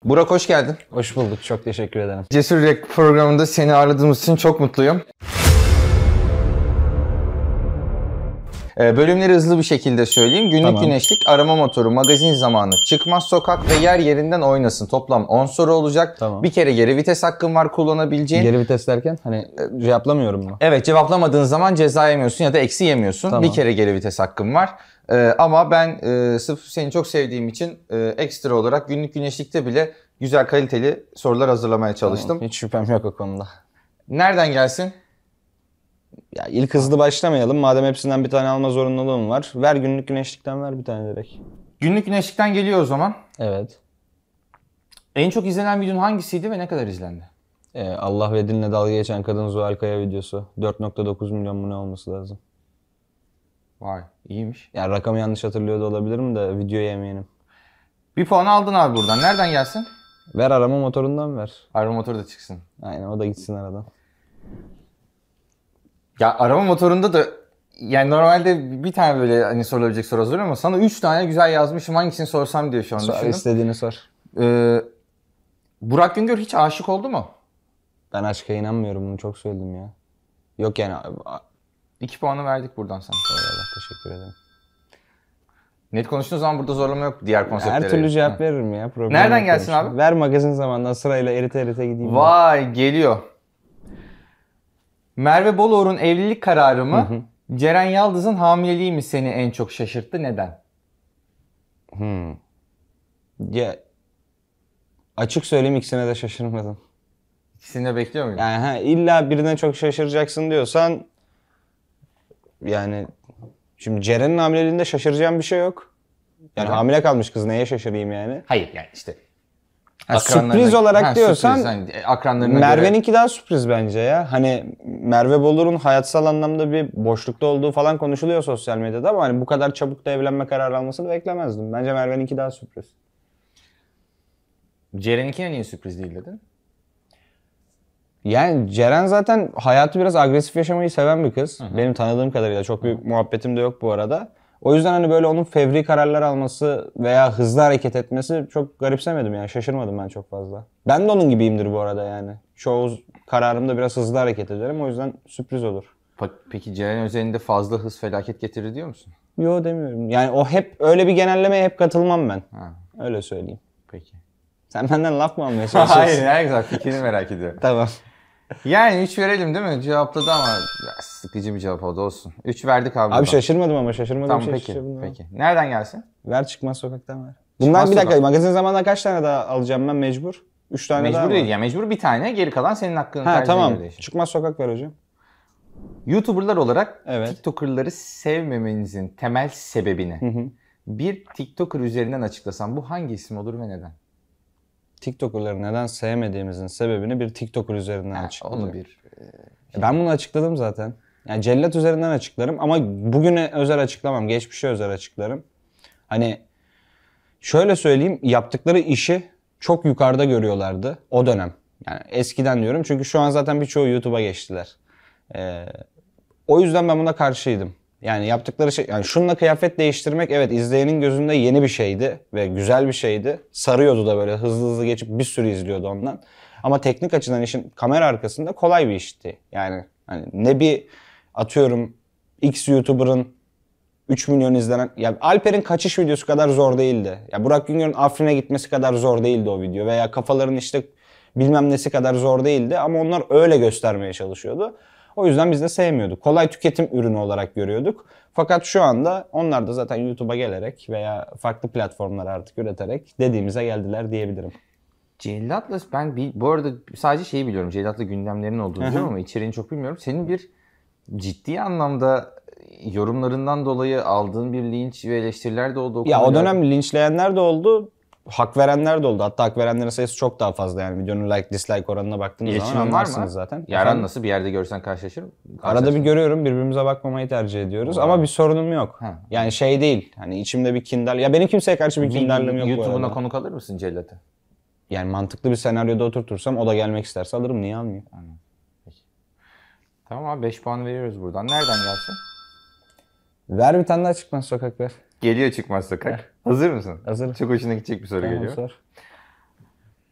Burak hoş geldin. Hoş bulduk. Çok teşekkür ederim. Cesur Yürek programında seni ağırladığımız için çok mutluyum. Bölümleri hızlı bir şekilde söyleyeyim. Günlük Tamam. güneşlik, arama motoru, magazin zamanı, çıkmaz sokak ve yer yerinden oynasın. Toplam 10 soru olacak. Tamam. Bir kere geri vites hakkın var kullanabileceğin. Geri vites derken hani cevaplamıyorum mu? Evet, cevaplamadığın zaman ceza yemiyorsun ya da eksi yemiyorsun. Tamam. Bir kere geri vites hakkın var. Ama ben sırf seni çok sevdiğim için ekstra olarak günlük güneşlikte bile güzel kaliteli sorular hazırlamaya çalıştım. Tamam. Hiç şüphem yok o konuda. Nereden gelsin? Ya ilk hızlı başlamayalım. Madem hepsinden bir tane alma zorunluluğum var. Ver günlük güneşlikten ver bir tane direkt. Günlük güneşlikten geliyor o zaman. Evet. En çok izlenen videonun hangisiydi ve ne kadar izlendi? Allah ve dinle dalga geçen kadın Zuhal Kaya videosu. 4.9 milyon mu ne olması lazım. Vay, iyiymiş. Yani rakamı yanlış hatırlıyor da olabilirim de videoya eminim. Bir puanı aldın abi buradan. Nereden gelsin? Ver arama motorundan ver. Arama motoru da çıksın. Aynen o da gitsin aradan. Ya arama motorunda da yani normalde bir tane böyle hani sorulabilecek soru hazırlıyorum ama sana 3 tane güzel yazmışım, hangisini sorsam diye şu an Sor, düşündüm. istediğini sor. Burak Güngör hiç aşık oldu mu? Ben aşka inanmıyorum, bunu çok söyledim ya. Yok yani. 2 puanı verdik buradan sana. Eyvallah, teşekkür ederim. Net konuştuğun zaman burada zorlama yok diğer konseptlere. Her türlü cevap veririm ya. Problem Nereden yok gelsin benim için. abi? Ver magazin zamanından sırayla erite gideyim. Vay, geliyor. Merve Boluğur'un evlilik kararı mı? Ceren Yaldız'ın hamileliği mi seni en çok şaşırttı? Neden? Ya açık söyleyeyim, ikisine de şaşırmadım. İkisini de bekliyor muydun? Yani illa birine çok şaşıracaksın diyorsan yani şimdi Ceren'in hamileliğinde şaşıracağım bir şey yok. Yani hamile kalmış kız, neye şaşırayım yani? Hayır yani işte. Sürpriz olarak diyorsan sürpriz, hani akranlarına Merve'ninki daha sürpriz bence ya. Hani Merve Bolur'un hayatsal anlamda bir boşlukta olduğu falan konuşuluyor sosyal medyada ama hani bu kadar çabuk da evlenme kararı almasını beklemezdim. Bence Merve'ninki daha sürpriz. Ceren'inkine niye sürpriz değil dedin? Yani Ceren zaten hayatı biraz agresif yaşamayı seven bir kız. Benim tanıdığım kadarıyla çok büyük muhabbetim de yok bu arada. O yüzden hani böyle onun fevri kararlar alması veya hızlı hareket etmesi çok garipsemedim yani, şaşırmadım ben çok fazla. Ben de onun gibiyimdir bu arada yani. Çoğu kararımda biraz hızlı hareket ederim, o yüzden sürpriz olur. Peki Ceren üzerinde fazla hız felaket getirir diyor musun? Yo demiyorum. Yani o hep öyle bir genellemeye hep katılmam ben. Ha. Öyle söyleyeyim. Peki. Sen benden laf mı almaya çalışıyorsun? Hayır, ne güzel, fikrini merak ediyorum. Tamam. Yani 3 verelim değil mi? Cevapladı ama sıkıcı bir cevap oldu, olsun. 3 verdik abi. Abi şaşırmadım ama şaşırmadığım Tamam, şey peki. şaşırdım. Peki. Nereden gelsin? Ver çıkmaz sokaktan ver. Çıkmaz Bundan bir dakika, sokak. magazin zamanında kaç tane daha alacağım ben mecbur? 3 tane daha Mecbur değil mı? ya, mecbur bir tane, geri kalan senin hakkın. Ha tamam. Göre değişir. Çıkmaz sokak ver hocam. YouTuber'lar olarak Evet. TikToker'ları sevmemenizin temel sebebini bir TikToker üzerinden açıklasam bu hangi isim olur ve neden? TikToker'ları neden sevmediğimizin sebebini bir TikToker üzerinden açıklayacağım. Onu bir... Ben bunu açıkladım zaten. Yani cellat üzerinden açıklarım ama bugüne özel açıklamam. Geçmişe özel açıklarım. Hani şöyle söyleyeyim, yaptıkları işi çok yukarıda görüyorlardı o dönem. Yani eskiden diyorum çünkü şu an zaten birçoğu YouTube'a geçtiler. O yüzden ben buna karşıydım. Yani yaptıkları şey, yani şununla kıyafet değiştirmek evet izleyenin gözünde yeni bir şeydi ve güzel bir şeydi. Sarıyordu da, böyle hızlı hızlı geçip bir sürü izliyordu ondan. Ama teknik açıdan işin kamera arkasında kolay bir işti. Yani hani ne bir atıyorum X YouTuber'ın 3 milyon izlenen, ya Alper'in kaçış videosu kadar zor değildi. Ya Burak Güngör'ün Afrin'e gitmesi kadar zor değildi o video veya kafaların işte bilmem nesi kadar zor değildi ama onlar öyle göstermeye çalışıyordu. O yüzden biz de sevmiyorduk. Kolay tüketim ürünü olarak görüyorduk. Fakat şu anda onlar da zaten YouTube'a gelerek veya farklı platformlar artık üreterek dediğimize geldiler diyebilirim. Cellat'la ben bu arada sadece şeyi biliyorum. Cellat'la gündemlerin olduğunu biliyorum ama içeriğini çok bilmiyorum. Senin bir ciddi anlamda yorumlarından dolayı aldığın bir linç ve eleştiriler de oldu. Ya o dönem linçleyenler de oldu. Hak verenler de oldu. Hatta hak verenlerin sayısı çok daha fazla yani. Videonun like dislike oranına baktığınız zaman İletişimin var mı? anlarsınız zaten. Yaran nasıl? Bir yerde görsen karşılaşırım. Arada bir görüyorum, birbirimize bakmamayı tercih ediyoruz ama bir sorunum yok. Yani şey değil, hani içimde bir kindar, ya benim kimseye karşı bir kindarlığım yok bu arada. YouTube'una konuk alır mısın Cellat'ı? Yani mantıklı bir senaryoda oturtursam o da gelmek isterse alırım, niye almayayım? Peki. Tamam abi, 5 puan veriyoruz buradan. Nereden gelsin? Ver bir tane daha çıkmaz sokak ver. Geliyor çıkmaz sokak. Hazır mısın? Hazırım. Çok hoşuna gidecek bir soru Tamam, geliyor. sor.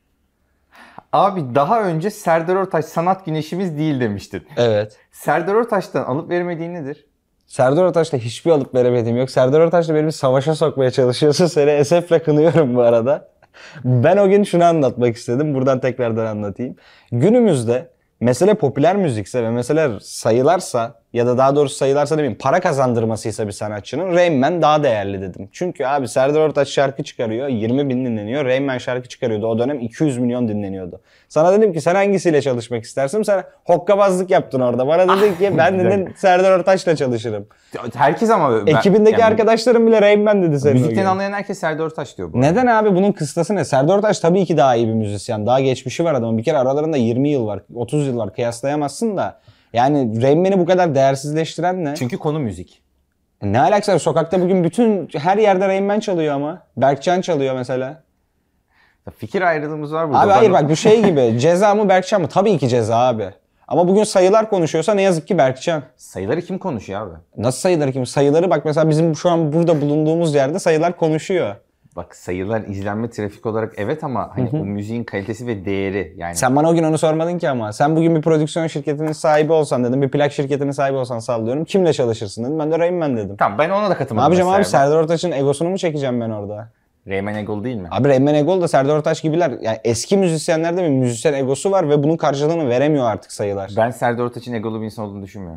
Abi daha önce Serdar Ortaç sanat güneşimiz değil demiştin. Evet. Serdar Ortaç'tan alıp veremediğin nedir? Serdar Ortaç'la hiçbir alıp veremediğim yok. Serdar Ortaç'la beni bir savaşa sokmaya çalışıyorsun. Seni esefle kınıyorum bu arada. Ben o gün şunu anlatmak istedim. Buradan tekrardan anlatayım. Günümüzde mesele popüler müzikse ve mesele sayılarsa ya da daha doğrusu sayılarsa demeyeyim para kazandırmasıysa bir sanatçının Rain Man daha değerli dedim. Çünkü abi Serdar Ortaç şarkı çıkarıyor 20 bin dinleniyor. Rain Man şarkı çıkarıyordu o dönem 200 milyon dinleniyordu. Sana dedim ki sen hangisiyle çalışmak istersin? Sen hokkabazlık yaptın orada. Bana dedin ki ben dedin Serdar Ortaç'la çalışırım. Herkes ama... Ekibindeki arkadaşlarım bile Rain Man dedi senin o gün. Müzikten anlayan herkes Serdar Ortaç diyor bu Neden abi bunun kıstası ne? Serdar Ortaç tabii ki daha iyi bir müzisyen. Daha geçmişi var adamın. Bir kere aralarında 20 yıl var. 30 yıl var. Kıyaslayamazsın da. Yani Rain Man'i bu kadar değersizleştiren ne? Çünkü konu müzik. Ne alakası var? Sokakta bugün bütün her yerde Rain Man çalıyor ama. Berkcan çalıyor mesela. Fikir ayrılığımız var burada. Abi hayır bak bu şey gibi. Ceza mı Berkcan mı? Tabii ki Ceza abi. Ama bugün sayılar konuşuyorsa ne yazık ki Berkcan. Sayıları kim konuşuyor abi? Nasıl sayıları kim? Sayıları bak mesela bizim şu an burada bulunduğumuz yerde sayılar konuşuyor. Bak sayılar izlenme trafik olarak evet ama hani o müziğin kalitesi ve değeri yani. Sen bana o gün onu sormadın ki ama. Sen bugün bir prodüksiyon şirketinin sahibi olsan dedim. Bir plak şirketinin sahibi olsan sallıyorum. Kimle çalışırsın dedim. Ben de Rain Man dedim. Tamam ben ona da katılmadım. Ne yapacağım abi? mesela. Serdar Ortaç'ın egosunu mu çekeceğim ben orada? Reymen Egol değil mi? Abi Rain Man egolu da Serdar Ortaç gibiler. Yani eski müzisyenlerde bir müzisyen egosu var ve bunun karşılığını veremiyor artık sayılar. Ben Serdar Ortaç'ın egolu bir insan olduğunu düşünmüyorum.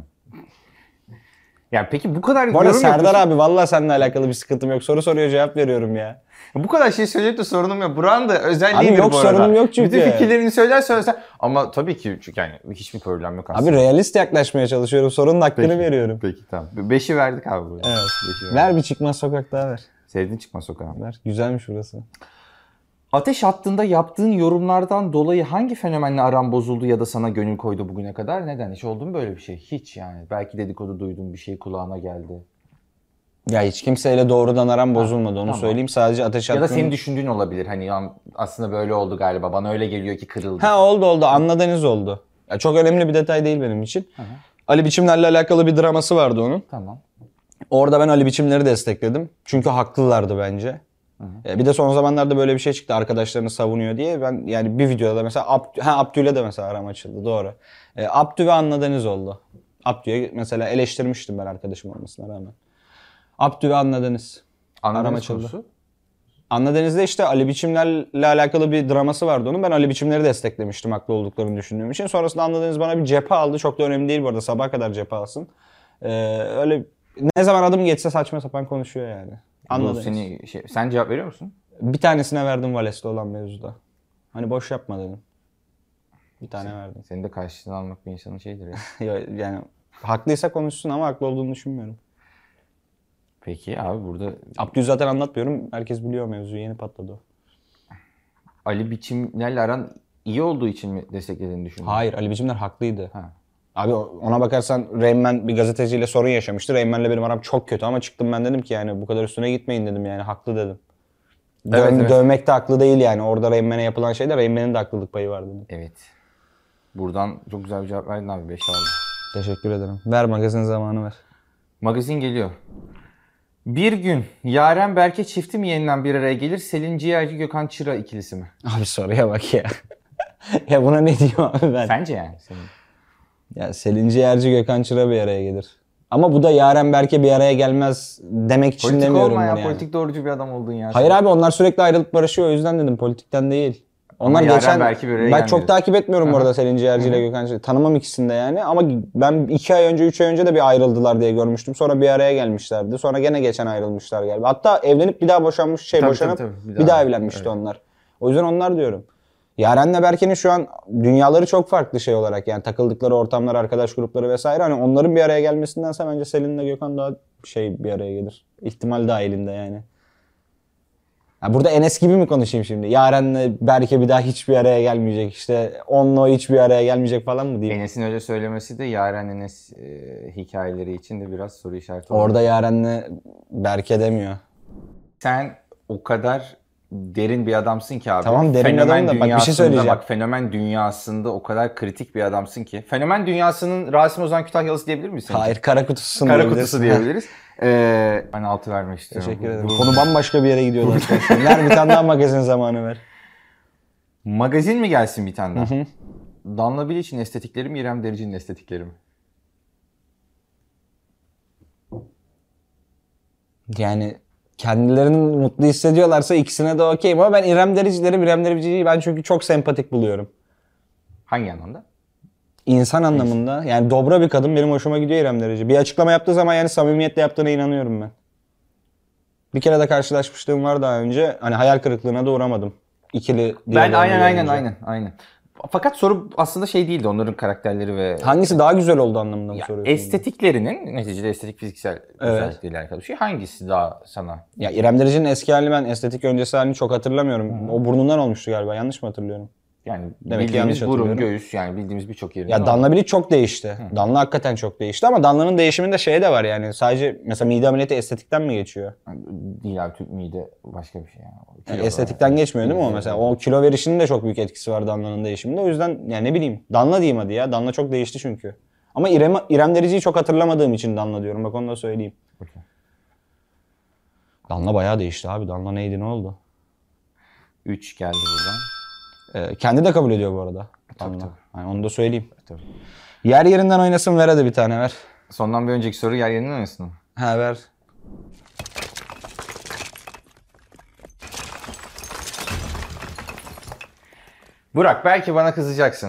Yani peki bu kadar Bu arada yorum Serdar yapıyorsun. abi vallahi seninle alakalı bir sıkıntım yok. Soru soruyor cevap veriyorum ya. Bu kadar şey söyleyip de sorunum yok. Burak'ın da özelliğidir Abi yok, bu arada. sorunum yok çünkü. Bütün fikirlerini söylesen. Ama tabii ki çünkü yani hiçbir problem yok aslında. Abi realist yaklaşmaya çalışıyorum. Sorunun hakkını Peki. veriyorum. Peki tamam. 5'i verdik abi burada. Evet. Beşi verdik. Ver bir çıkmaz sokak daha ver. Sevdin çıkma sokağa. Ver. Güzelmiş burası. Ateş hattında yaptığın yorumlardan dolayı hangi fenomenle aran bozuldu ya da sana gönül koydu bugüne kadar? Neden? Hiç oldu mu böyle bir şey? Hiç yani. Belki dedikodu duydun, bir şey kulağına geldi. Ya hiç kimseyle doğrudan aram bozulmadı onu tamam. söyleyeyim. Sadece ateş Ya da hattının... senin düşündüğün olabilir. Hani ya aslında böyle oldu galiba. Bana öyle geliyor ki kırıldı. Ha oldu. Anla Deniz oldu. Ya çok önemli bir detay değil benim için. Ali Biçimler'le alakalı bir draması vardı onun. Tamam. Orada ben Ali Biçimler'i destekledim. Çünkü haklılardı bence. Bir de son zamanlarda böyle bir şey çıktı arkadaşlarını savunuyor diye. Ben yani bir videoda da mesela Abdü'yle de mesela aram açıldı doğru. Abdü ve Anla Deniz oldu. Abdü'ye mesela eleştirmiştim ben arkadaşım olmasına rağmen. Abdü ve Anla Deniz. Aram Anladığınız açıldı. konusu. Anla Deniz'de işte Ali Biçimler'le alakalı bir draması vardı onun. Ben Ali Biçimler'i desteklemiştim haklı olduklarını düşündüğüm için. Sonrasında Anla Deniz bana bir cephe aldı. Çok da önemli değil bu arada. Sabaha kadar cephe alsın. Öyle ne zaman adım geçse saçma sapan konuşuyor yani. Anla Deniz. Sen cevap veriyor musun? Bir tanesine verdim Vales'te olan mevzuda. Hani boş yapma dedim. Bir tane verdim. Senin de karşılığını almak bir insanın şeyidir ya. Yani haklıysa konuşsun ama haklı olduğunu düşünmüyorum. Peki abi burada Abdü'yü zaten anlatmıyorum. Herkes biliyor mevzuyu. Yeni patladı o. Ali Biçimler'le aran iyi olduğu için mi desteklediğini düşünüyorsun? Hayır, Ali Biçimler haklıydı. Ha. Abi ona bakarsan Rain Man bir gazeteciyle sorun yaşamıştı. Rain Man'le benim aram çok kötü ama çıktım ben dedim ki yani bu kadar üstüne gitmeyin dedim yani haklı dedim. Evet. Dövmek de haklı değil yani. Orada Rain Man'e yapılan şeyde Rain Man'in de haklılık payı var dedim. Evet. Buradan çok güzel bir cevap verdin abi. 5 aldım. Teşekkür ederim. Ver magazin zamanı ver. Magazin geliyor. Bir gün Yaren Berke çifti mi yeniden bir araya gelir? Selin Ciğerci Gökhan Çıra ikilisi mi? Abi soruya bak ya. Ya buna ne diyeyim abi ben? Sence yani? Senin. Ya Selin Ciğerci Gökhan Çıra bir araya gelir. Ama bu da Yaren Berke bir araya gelmez demek için Politik demiyorum olma bunu ya. yani. Politik doğrucu bir adam oldun ya. Hayır abi onlar sürekli ayrılıp barışıyor o yüzden dedim politikten değil. Onlar Yaren geçen belki bir araya ben gelmedi. çok takip etmiyorum orada Selin Ciğerci ile Gökhan Çıra. Tanımam ikisini de yani ama ben 2 ay önce 3 ay önce de bir ayrıldılar diye görmüştüm. Sonra bir araya gelmişlerdi. Sonra gene geçen ayrılmışlar galiba. Hatta evlenip bir daha boşanmış boşanıp tabii. bir daha evlenmişti onlar. O yüzden onlar diyorum. Yaren'le Berke'nin şu an dünyaları çok farklı şey olarak yani takıldıkları ortamlar, arkadaş grupları vesaire. Hani onların bir araya gelmesindense bence Selin'le Gökhan daha bir araya gelir. İhtimal dahilinde yani. Ya burada Enes gibi mi konuşayım şimdi? Yaren'le Berke bir daha hiçbir araya gelmeyecek. İşte onunla o hiçbir araya gelmeyecek falan mı diyeyim? Enes'in öyle söylemesi de Yaren Enes hikayeleri için de biraz soru işareti oldu. Orada Yaren'le Berke demiyor. Sen o kadar derin bir adamsın ki abi. Tamam, derin adamım da bak bir şey söyleyeceğim. Bak fenomen dünyasında o kadar kritik bir adamsın ki. Fenomen dünyasının Rasim Ozan Kütahyalısı diyebilir miyiz? Hayır, kara kutususun Kara diyebiliriz. kutusu diyebiliriz. Ben 6 vermek istiyorum. Teşekkür ederim. Konu bambaşka bir yere gidiyor arkadaşlar. Ver bir tane daha magazin zamanı ver. Magazin mi gelsin bir tane daha? Hı hı. Danla Bilic'in estetikleri mi, İrem Derici'nin estetikleri mi? Yani kendilerini mutlu hissediyorlarsa ikisine de okeyim ama ben İrem Derici'yi ben çünkü çok sempatik buluyorum. Hangi anlamda? İnsan anlamında yani dobra bir kadın, benim hoşuma gidiyor İrem Derici. Bir açıklama yaptığı zaman yani samimiyetle yaptığına inanıyorum ben. Bir kere de karşılaşmışlığım var daha önce. Hani hayal kırıklığına da uğramadım. İkili Ben diyaloğunu aynen. Fakat soru aslında şey değildi, onların karakterleri ve Hangisi daha güzel oldu anlamında mı soruyorsun? estetiklerinin, neticede estetik fiziksel özellikleriyle alakalı bir şey. Hangisi daha sana? Ya İrem Derici'nin eski halini ben estetik öncesi halini çok hatırlamıyorum. O burnundan olmuştu galiba, yanlış mı hatırlıyorum? Yani Demek ki yanlış bildiğimiz burun, hatırlıyorum. göğüs, yani bildiğimiz birçok yerinde. Ya Danla Bilic çok değişti. Danla hakikaten çok değişti ama Danla'nın değişiminde şey de var yani. Sadece mesela mide ameliyatı estetikten mi geçiyor? Değil abi, Türk mide başka bir şey. Yani. Yani estetikten geçmiyor değil mi o mesela? O kilo verişinin de çok büyük etkisi var Danla'nın değişiminde. O yüzden yani ne bileyim. Danla diyeyim hadi ya. Danla çok değişti çünkü. Ama İrem Derici'yi çok hatırlamadığım için Danla diyorum. Bak onu da söyleyeyim. Okay. Danla bayağı değişti abi. Danla neydi, ne oldu? 3 geldi buradan. Kendi de kabul ediyor bu arada. Tabii. Yani onu da söyleyeyim. Tabii. Yer yerinden oynasın, ver hadi bir tane ver. Sondan bir önceki soru yer yerinden oynasın mı? Ha ver. Burak, belki bana kızacaksın.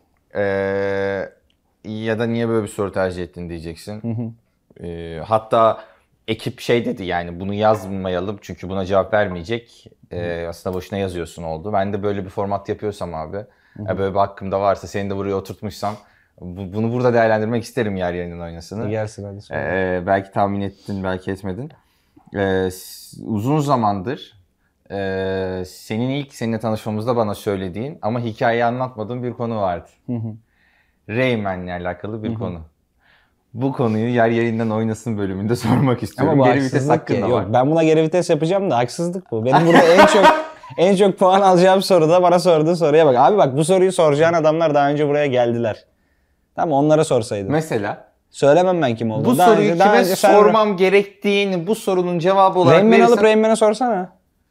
Ya da niye böyle bir soru tercih ettin diyeceksin. Hatta ekip şey dedi, yani bunu yazmayalım çünkü buna cevap vermeyecek. Aslında boşuna yazıyorsun oldu. Ben de böyle bir format yapıyorsam abi, böyle bir hakkım da varsa, seni de buraya oturtmuşsam bunu burada değerlendirmek isterim yer yerinden oynasını. Gelsin hadi sonra. Belki tahmin ettin, belki etmedin. Uzun zamandır senin ilk seninle tanışmamızda bana söylediğin ama hikayeyi anlatmadığın bir konu vardı. Rayman'le alakalı bir konu. Bu konuyu yer yerinden oynasın bölümünde sormak istiyorum. Ama bu Geri vites haksızlık hakkında ki. var. Yok, ben buna geri vites yapacağım da haksızlık bu. Benim burada en çok puan alacağım soruda bana sorduğu soruya bak. Abi bak, bu soruyu soracağın adamlar daha önce buraya geldiler. Tamam, onlara sorsaydın. Mesela Söylemem ben kim olduğunu. bu soruyu kime sormam gerektiğini bu sorunun cevabı olarak Rain Man verirsen... alıp Rain Man'e sorsana.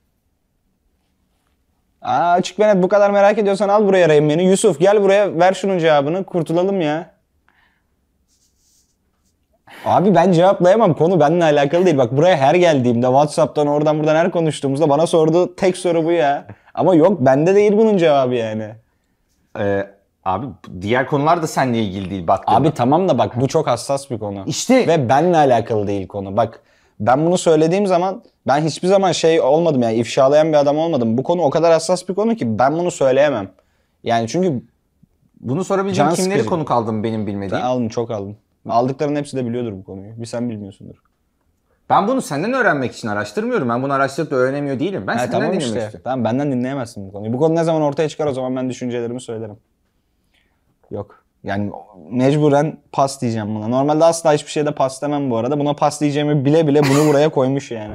Açık ve net bu kadar merak ediyorsan al buraya Rain Man'i. Yusuf gel buraya, ver şunun cevabını, kurtulalım ya. Abi ben cevaplayamam, konu benimle alakalı değil. Bak buraya her geldiğimde WhatsApp'tan oradan buradan her konuştuğumuzda bana sorduğu tek soru bu ya. Ama yok, bende değil bunun cevabı yani. Abi diğer konular da seninle ilgili değil baktığında. Abi tamam da bak bu çok hassas bir konu. İşte. Ve benimle alakalı değil konu. Bak ben bunu söylediğim zaman ben hiçbir zaman şey olmadım yani, ifşalayan bir adam olmadım. Bu konu o kadar hassas bir konu ki ben bunu söyleyemem. Yani çünkü bunu sorabileceğim can kimleri sıkıcı. konuk aldım benim bilmediğim. ben aldım, çok aldım. Aldıklarının hepsi de biliyordur bu konuyu. Bir sen bilmiyorsundur. Ben bunu senden öğrenmek için araştırmıyorum. Ben bunu araştırıp da öğrenemiyor değilim. Ben senden Tamam dinlemek işte. istiyorum. Tamam, benden dinleyemezsin bu konuyu. Bu konu ne zaman ortaya çıkar o zaman ben düşüncelerimi söylerim. Yok. Yani mecburen pas diyeceğim buna. Normalde asla hiçbir şeyde pas demem bu arada. Buna pas diyeceğimi bile bile bunu buraya koymuş yani.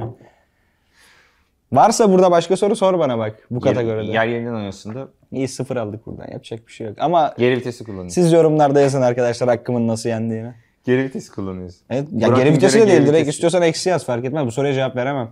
Varsa burada başka soru sor bana bak bu kategoride. Yer yerinden oynasında İyi, 0 aldık buradan. Yapacak bir şey yok. Ama geri vitesi kullanıyoruz. siz yorumlarda yazın arkadaşlar hakkımın nasıl yendiğini. Geri vites kullanıyoruz. Evet. Ya Burak geri vitesi de Ünger'e değil. geri Direkt vitesi. istiyorsan eksi yaz, fark etmez. Bu soruya cevap veremem.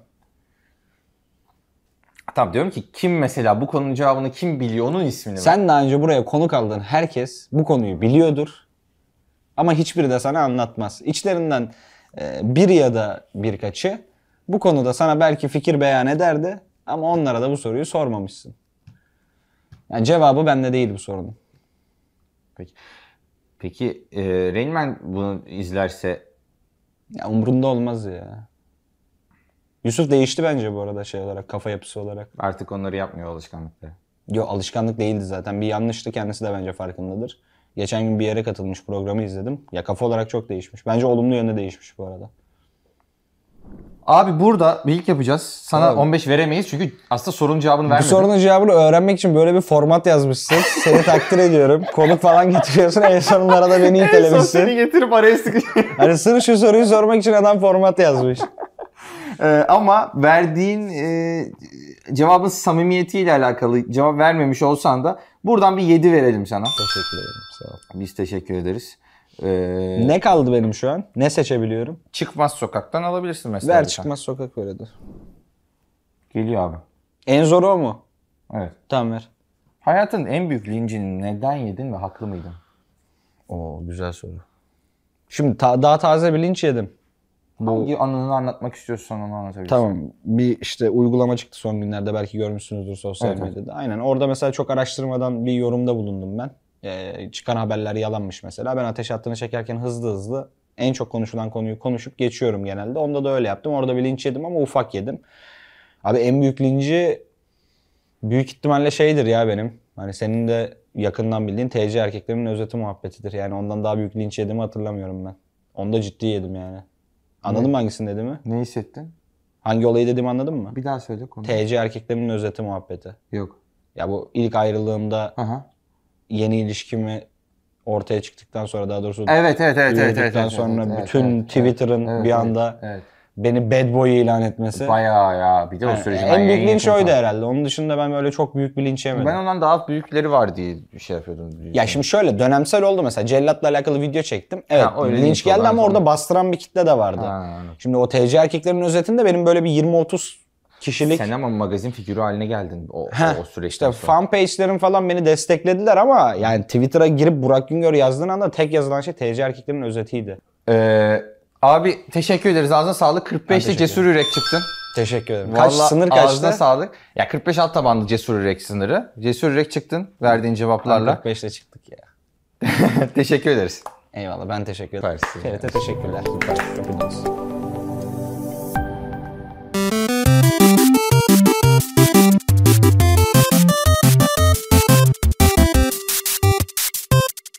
Tamam, diyorum ki kim mesela bu konunun cevabını kim biliyor, onun ismini ver. Sen daha önce buraya konuk aldığın herkes bu konuyu biliyordur. Ama hiçbiri de sana anlatmaz. İçlerinden biri ya da birkaçı bu konuda sana belki fikir beyan ederdi. Ama onlara da bu soruyu sormamışsın. Yani cevabı bende değil bu sorunun. Peki Rain Man bunu izlerse Ya umurunda olmaz ya. Yusuf değişti bence bu arada şey olarak, kafa yapısı olarak. artık onları yapmıyor alışkanlıkları. Yok, alışkanlık değildi zaten. Bir yanlıştı, kendisi de bence farkındadır. Geçen gün bir yere katılmış, programı izledim. Ya kafa olarak çok değişmiş. Bence olumlu yönde değişmiş bu arada. Abi burada bir ilk yapacağız. Sana Tamam. 15 veremeyiz çünkü aslında sorunun cevabını Bu vermedin. sorunun cevabını öğrenmek için böyle bir format yazmışsın. Seni takdir ediyorum. Konuk falan getiriyorsun. En sonlara da beni En son seni itelemişsin. getirip araya sıkıştırdım. Hani sırf şu soruyu sormak için adam format yazmış. Ama verdiğin cevabın samimiyetiyle alakalı cevap vermemiş olsan da buradan bir 7 verelim sana. Teşekkür ederim. Sağ ol. Biz teşekkür ederiz. Ne kaldı benim şu an? Ne seçebiliyorum? Çıkmaz sokaktan alabilirsin mesela. Ver bir tane. çıkmaz sokak öyledir. Geliyor abi. En zoru o mu? Evet. Tamam ver. Hayatın en büyük lincini neden yedin ve haklı mıydın? Oo, güzel soru. Şimdi daha taze bir linç yedim. Hangi anını anlatmak istiyorsan onu anlatabilirsin. Tamam. Bir işte uygulama çıktı son günlerde. Belki görmüşsünüzdür sosyal Evet, medyada. Aynen. Orada mesela çok araştırmadan bir yorumda bulundum ben. Çıkan haberler yalanmış mesela. Ben ateş hattını çekerken hızlı en çok konuşulan konuyu konuşup geçiyorum genelde. Onda da öyle yaptım. Orada bir linç yedim ama ufak yedim. Abi en büyük linci büyük ihtimalle şeydir ya benim. Hani senin de yakından bildiğin TC erkeklerin özeti muhabbetidir. Yani ondan daha büyük linç yediğimi hatırlamıyorum ben. Onu da ciddi yedim yani. Anladın mı hangisini dediğimi? Ne hissettin? Hangi olayı dediğimi anladın mı? Bir daha söyle konu. TC erkeklerin özeti muhabbeti. Yok. Ya bu ilk ayrılığımda Aha. yeni ilişkimi ortaya çıktıktan sonra, daha doğrusu Evet. yürüdükten sonra bütün Twitter'ın bir anda beni bad boy ilan etmesi. Bayağı ya. Bir de o sürecin En büyük linç oydu herhalde. Onun dışında ben böyle çok büyük bir linç yemedim. Ben ondan daha büyükleri var diye bir şey yapıyordum. Ya şimdi şöyle dönemsel oldu mesela. Cellat'la alakalı video çektim. Evet, öyle linç geldi ama orada bastıran bir kitle de vardı. Ha. Şimdi o TC erkeklerin özetinde benim böyle bir 20-30 kişilik... Sen ama magazin figürü haline geldin o süreçten İşte sonra. fan page'lerin falan beni desteklediler ama yani Twitter'a girip Burak Güngör yazdığın anda tek yazılan şey TC erkeklerin özetiydi. Abi teşekkür ederiz. Ağzına sağlık. 45'te cesur yürek çıktın. Teşekkür ederim. Vallahi Sınır kaçtı? Ağzına sağlık. Ya 45 alt tabanlı cesur yürek sınırı. Cesur yürek çıktın verdiğin cevaplarla. 45'te çıktık ya. Teşekkür ederiz. Eyvallah, ben teşekkür ederim. Süpersin. TRT teşekkürler. Süper. Çok iyi.